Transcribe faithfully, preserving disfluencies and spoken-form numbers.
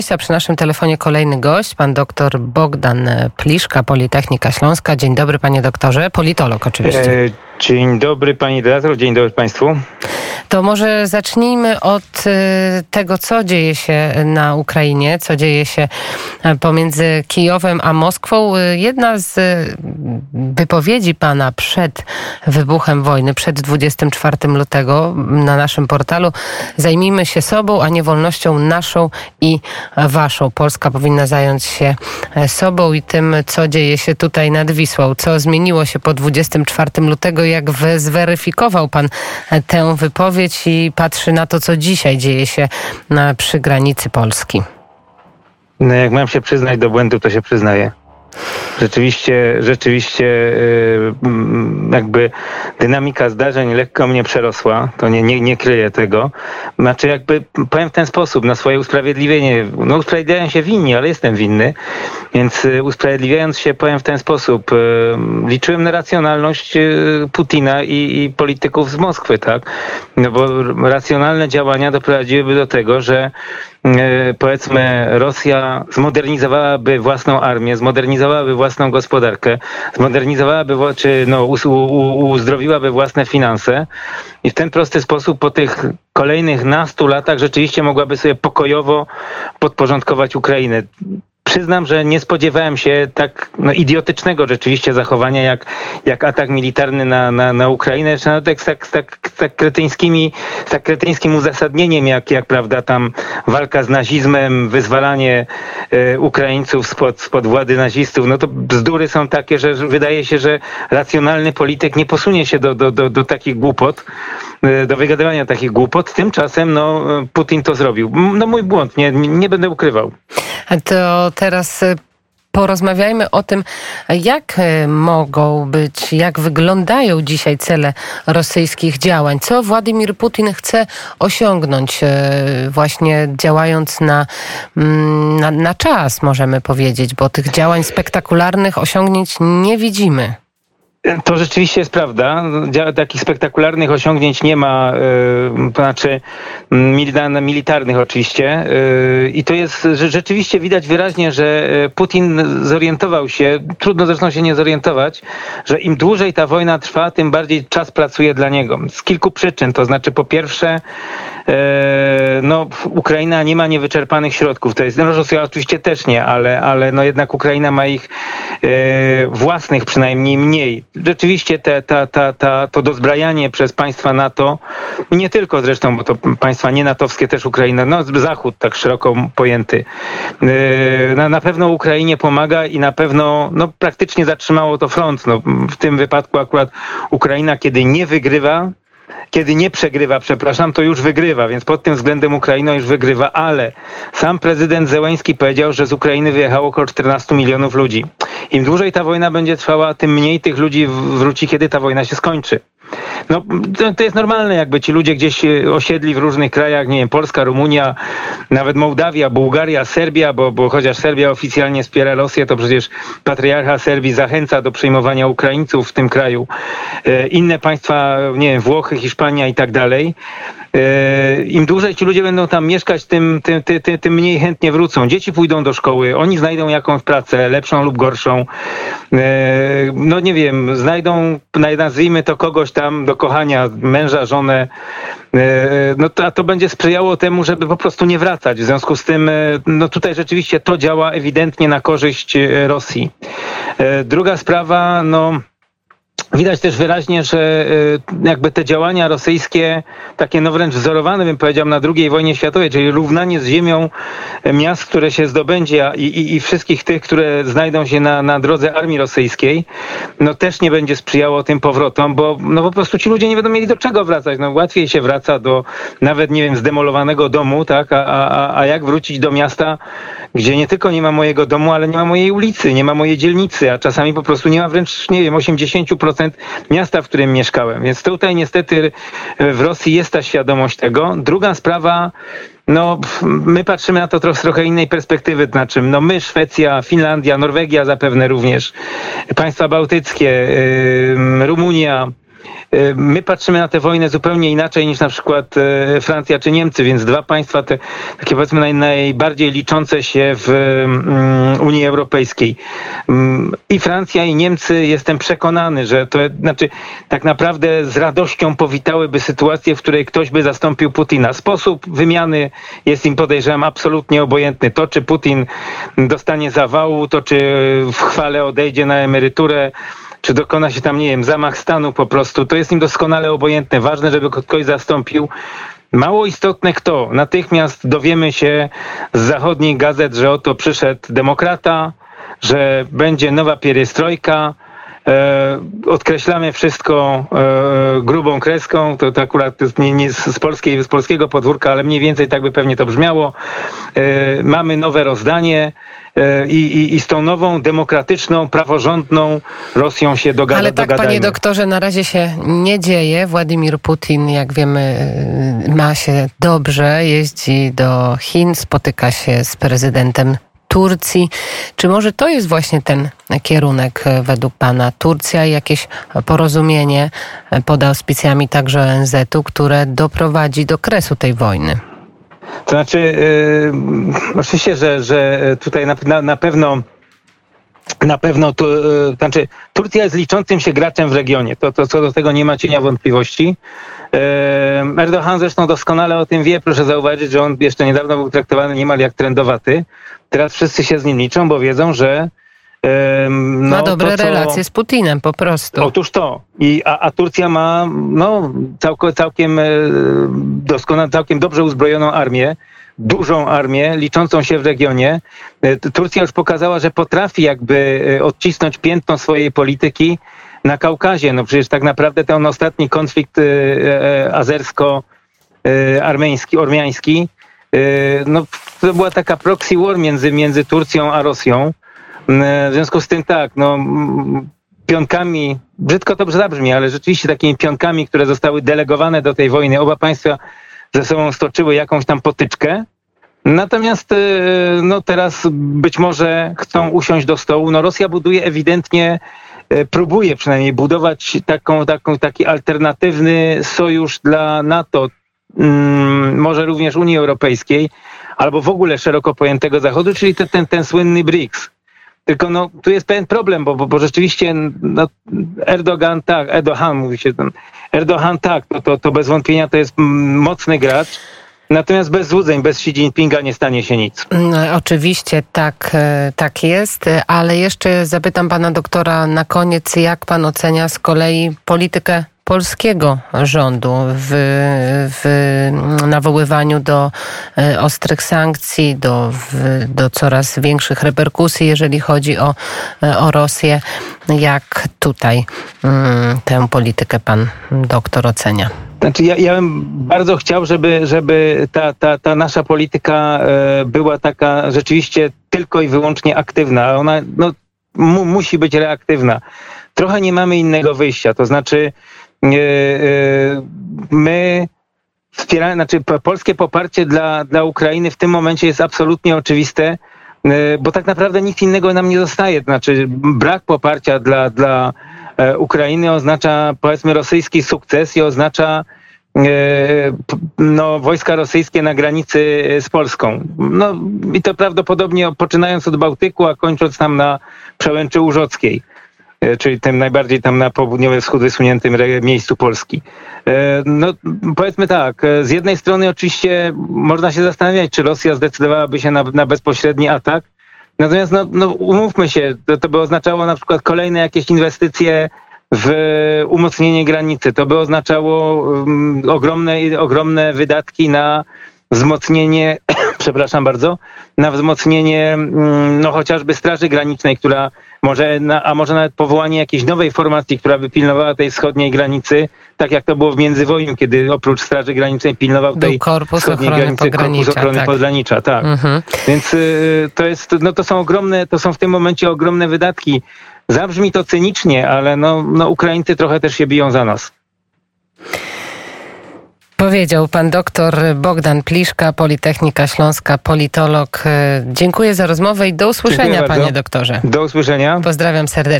A przy naszym telefonie kolejny gość, pan doktor Bogdan Pliszka, Politechnika Śląska. Dzień dobry, panie doktorze. Politolog oczywiście. E, dzień dobry, pani redaktor. Dzień dobry państwu. To może zacznijmy od tego, co dzieje się na Ukrainie, co dzieje się pomiędzy Kijowem a Moskwą. Jedna z wypowiedzi pana przed wybuchem wojny, przed dwudziestego czwartego lutego na naszym portalu: zajmijmy się sobą, a nie wolnością naszą i waszą. Polska powinna zająć się sobą i tym, co dzieje się tutaj nad Wisłą. Co zmieniło się po dwudziestego czwartego lutego? Jak zweryfikował pan tę wypowiedź i patrzy na to, co dzisiaj dzieje się na, przy granicy Polski? No jak mam się przyznać do błędu, to się przyznaję. Rzeczywiście, rzeczywiście jakby dynamika zdarzeń lekko mnie przerosła, to nie, nie, nie kryję tego. Znaczy jakby powiem w ten sposób, na swoje usprawiedliwienie, no usprawiedliwiają się winni, ale jestem winny, więc usprawiedliwiając się powiem w ten sposób, liczyłem na racjonalność Putina i, i polityków z Moskwy, tak? No bo racjonalne działania doprowadziłyby do tego, że powiedzmy Rosja zmodernizowałaby własną armię, zmodernizowałaby własną gospodarkę, zmodernizowałaby, czy no, u, u, uzdrowiłaby własne finanse i w ten prosty sposób po tych kolejnych nastu latach rzeczywiście mogłaby sobie pokojowo podporządkować Ukrainę. Przyznam, że nie spodziewałem się tak no, idiotycznego rzeczywiście zachowania jak, jak atak militarny na, na, na Ukrainę, czy nawet z tak, tak, tak, kretyńskimi, z tak kretyńskim uzasadnieniem, jak, jak prawda tam walka z nazizmem, wyzwalanie e, Ukraińców spod, spod władzy nazistów. No to bzdury są takie, że wydaje się, że racjonalny polityk nie posunie się do, do, do, do takich głupot, e, do wygadywania takich głupot. Tymczasem no, Putin to zrobił. No mój błąd, nie, nie będę ukrywał. To teraz porozmawiajmy o tym, jak mogą być, jak wyglądają dzisiaj cele rosyjskich działań. Co Władimir Putin chce osiągnąć właśnie działając na, na, na czas, możemy powiedzieć, bo tych działań spektakularnych osiągnięć nie widzimy. To rzeczywiście jest prawda. Takich spektakularnych osiągnięć nie ma, yy, to znaczy militarnych oczywiście. Yy, I to jest, że rzeczywiście widać wyraźnie, że Putin zorientował się, trudno zresztą się nie zorientować, że im dłużej ta wojna trwa, tym bardziej czas pracuje dla niego. Z kilku przyczyn. To znaczy po pierwsze, yy, no Ukraina nie ma niewyczerpanych środków. To jest, no Rosja oczywiście też nie, ale, ale no jednak Ukraina ma ich yy, własnych przynajmniej mniej. Rzeczywiście te, ta, ta, ta, to dozbrajanie przez państwa NATO, nie tylko zresztą, bo to państwa nienatowskie też Ukraina, no Zachód tak szeroko pojęty, na, na pewno Ukrainie pomaga i na pewno no, praktycznie zatrzymało to front. No, w tym wypadku akurat Ukraina, kiedy nie wygrywa, kiedy nie przegrywa, przepraszam, to już wygrywa, więc pod tym względem Ukraina już wygrywa, ale sam prezydent Zełenski powiedział, że z Ukrainy wyjechało około czternastu milionów ludzi. Im dłużej ta wojna będzie trwała, tym mniej tych ludzi wróci, kiedy ta wojna się skończy. No, to, to jest normalne, jakby ci ludzie gdzieś osiedli w różnych krajach, nie wiem, Polska, Rumunia, nawet Mołdawia, Bułgaria, Serbia, bo, bo chociaż Serbia oficjalnie wspiera Rosję, to przecież patriarcha Serbii zachęca do przyjmowania Ukraińców w tym kraju. E, inne państwa, nie wiem, Włochy, Hiszpania i tak dalej. Im dłużej ci ludzie będą tam mieszkać, tym, tym, tym, tym mniej chętnie wrócą. Dzieci pójdą do szkoły, oni znajdą jakąś pracę, lepszą lub gorszą. No nie wiem, znajdą, nazwijmy to kogoś tam do kochania, męża, żonę. No to, a to będzie sprzyjało temu, żeby po prostu nie wracać. W związku z tym, no tutaj rzeczywiście to działa ewidentnie na korzyść Rosji. Druga sprawa, no widać też wyraźnie, że jakby te działania rosyjskie, takie no wręcz wzorowane, bym powiedział, na drugiej wojnie światowej, czyli równanie z ziemią miast, które się zdobędzie i, i, i wszystkich tych, które znajdą się na, na drodze armii rosyjskiej, no też nie będzie sprzyjało tym powrotom, bo no po prostu ci ludzie nie będą mieli do czego wracać. No łatwiej się wraca do nawet, nie wiem, zdemolowanego domu, tak? A, a, a jak wrócić do miasta, gdzie nie tylko nie ma mojego domu, ale nie ma mojej ulicy, nie ma mojej dzielnicy, a czasami po prostu nie ma wręcz, nie wiem, osiemdziesiąt procent miasta, w którym mieszkałem. Więc tutaj niestety w Rosji jest ta świadomość tego. Druga sprawa, no my patrzymy na to trochę z trochę innej perspektywy, to znaczy no my, Szwecja, Finlandia, Norwegia zapewne również, państwa bałtyckie, yy, Rumunia, my patrzymy na tę wojnę zupełnie inaczej niż na przykład Francja czy Niemcy, więc dwa państwa te takie powiedzmy naj, najbardziej liczące się w um, Unii Europejskiej. Um, I Francja i Niemcy, jestem przekonany, że to znaczy tak naprawdę z radością powitałyby sytuację, w której ktoś by zastąpił Putina. Sposób wymiany jest im, podejrzewam, absolutnie obojętny. To, czy Putin dostanie zawału, to czy w chwale odejdzie na emeryturę, czy dokona się tam, nie wiem, zamach stanu po prostu, to jest im doskonale obojętne. Ważne, żeby ktoś zastąpił. Mało istotne kto. Natychmiast dowiemy się z zachodnich gazet, że oto przyszedł demokrata, że będzie nowa pierestrojka, e, odkreślamy wszystko e, grubą kreską, to, to akurat jest nie, nie z, polskiej, z polskiego podwórka, ale mniej więcej tak by pewnie to brzmiało. E, mamy nowe rozdanie, I, i, I z tą nową, demokratyczną, praworządną Rosją się dogada, Ale tak, dogadajmy. Panie doktorze, na razie się nie dzieje. Władimir Putin, jak wiemy, ma się dobrze, jeździ do Chin, spotyka się z prezydentem Turcji. Czy może to jest właśnie ten kierunek według Pana? Turcja i jakieś porozumienie pod auspicjami także O N Z u, które doprowadzi do kresu tej wojny? To znaczy, yy, oczywiście, że, że tutaj na, na, na pewno na pewno tu, yy, to znaczy Turcja jest liczącym się graczem w regionie. To, to co do tego nie ma cienia wątpliwości. Yy, Erdoğan zresztą doskonale o tym wie. Proszę zauważyć, że on jeszcze niedawno był traktowany niemal jak trendowaty. Teraz wszyscy się z nim liczą, bo wiedzą, że No, ma dobre to, co... relacje z Putinem po prostu. Otóż to. I, a, a Turcja ma no, całkiem, całkiem, doskonale, całkiem dobrze uzbrojoną armię, dużą armię, liczącą się w regionie. Turcja już pokazała, że potrafi jakby odcisnąć piętno swojej polityki na Kaukazie. No przecież tak naprawdę ten ostatni konflikt azersko-armeński, ormiański, no to była taka proxy war między, między Turcją a Rosją. W związku z tym tak, no pionkami, brzydko to zabrzmi, ale rzeczywiście takimi pionkami, które zostały delegowane do tej wojny, oba państwa ze sobą stoczyły jakąś tam potyczkę. Natomiast no teraz być może chcą usiąść do stołu. No Rosja buduje ewidentnie, próbuje przynajmniej budować taką, taką, taki alternatywny sojusz dla NATO, może również Unii Europejskiej, albo w ogóle szeroko pojętego Zachodu, czyli ten, ten, ten słynny BRICS. Tylko no, tu jest pewien problem, bo, bo, bo rzeczywiście no, Erdoğan tak, Erdoğan mówi się, ten, Erdoğan tak, to, to, to bez wątpienia to jest mocny gracz, natomiast bez złudzeń, bez Xi Jinpinga nie stanie się nic. No, oczywiście tak, tak jest, ale jeszcze zapytam pana doktora na koniec, jak pan ocenia z kolei politykę polskiego rządu w, w nawoływaniu do ostrych sankcji, do, w, do coraz większych reperkusji, jeżeli chodzi o, o Rosję. Jak tutaj um, tę politykę pan doktor ocenia? Znaczy ja, ja bym bardzo chciał, żeby, żeby ta, ta, ta nasza polityka e, była taka rzeczywiście tylko i wyłącznie aktywna. Ona no, mu, musi być reaktywna. Trochę nie mamy innego wyjścia. To znaczy my wspieramy, znaczy polskie poparcie dla, dla Ukrainy w tym momencie jest absolutnie oczywiste, bo tak naprawdę nic innego nam nie zostaje. Znaczy brak poparcia dla, dla Ukrainy oznacza powiedzmy rosyjski sukces i oznacza no, wojska rosyjskie na granicy z Polską. No i to prawdopodobnie poczynając od Bałtyku, a kończąc tam na przełęczy Łużockiej, czyli tym najbardziej tam na południowy wschód wysuniętym miejscu Polski. No powiedzmy tak, z jednej strony oczywiście można się zastanawiać, czy Rosja zdecydowałaby się na, na bezpośredni atak, natomiast no, no umówmy się, to, to by oznaczało na przykład kolejne jakieś inwestycje w umocnienie granicy, to by oznaczało um, ogromne, ogromne wydatki na wzmocnienie, przepraszam bardzo, na wzmocnienie no chociażby Straży Granicznej, która może, na, a może nawet powołanie jakiejś nowej formacji, która by pilnowała tej wschodniej granicy, tak jak to było w międzywojniu, kiedy oprócz Straży Granicznej pilnował tej Korpus wschodniej Ochrony granicy Korpus Ochrony tak. Pogranicza. Tak. Mhm. Więc y, to jest, no to są ogromne, to są w tym momencie ogromne wydatki. Zabrzmi to cynicznie, ale no, no Ukraińcy trochę też się biją za nas. Powiedział pan doktor Bogdan Pliszka, Politechnika Śląska, politolog. Dziękuję za rozmowę i do usłyszenia, panie doktorze. Do usłyszenia. Pozdrawiam serdecznie.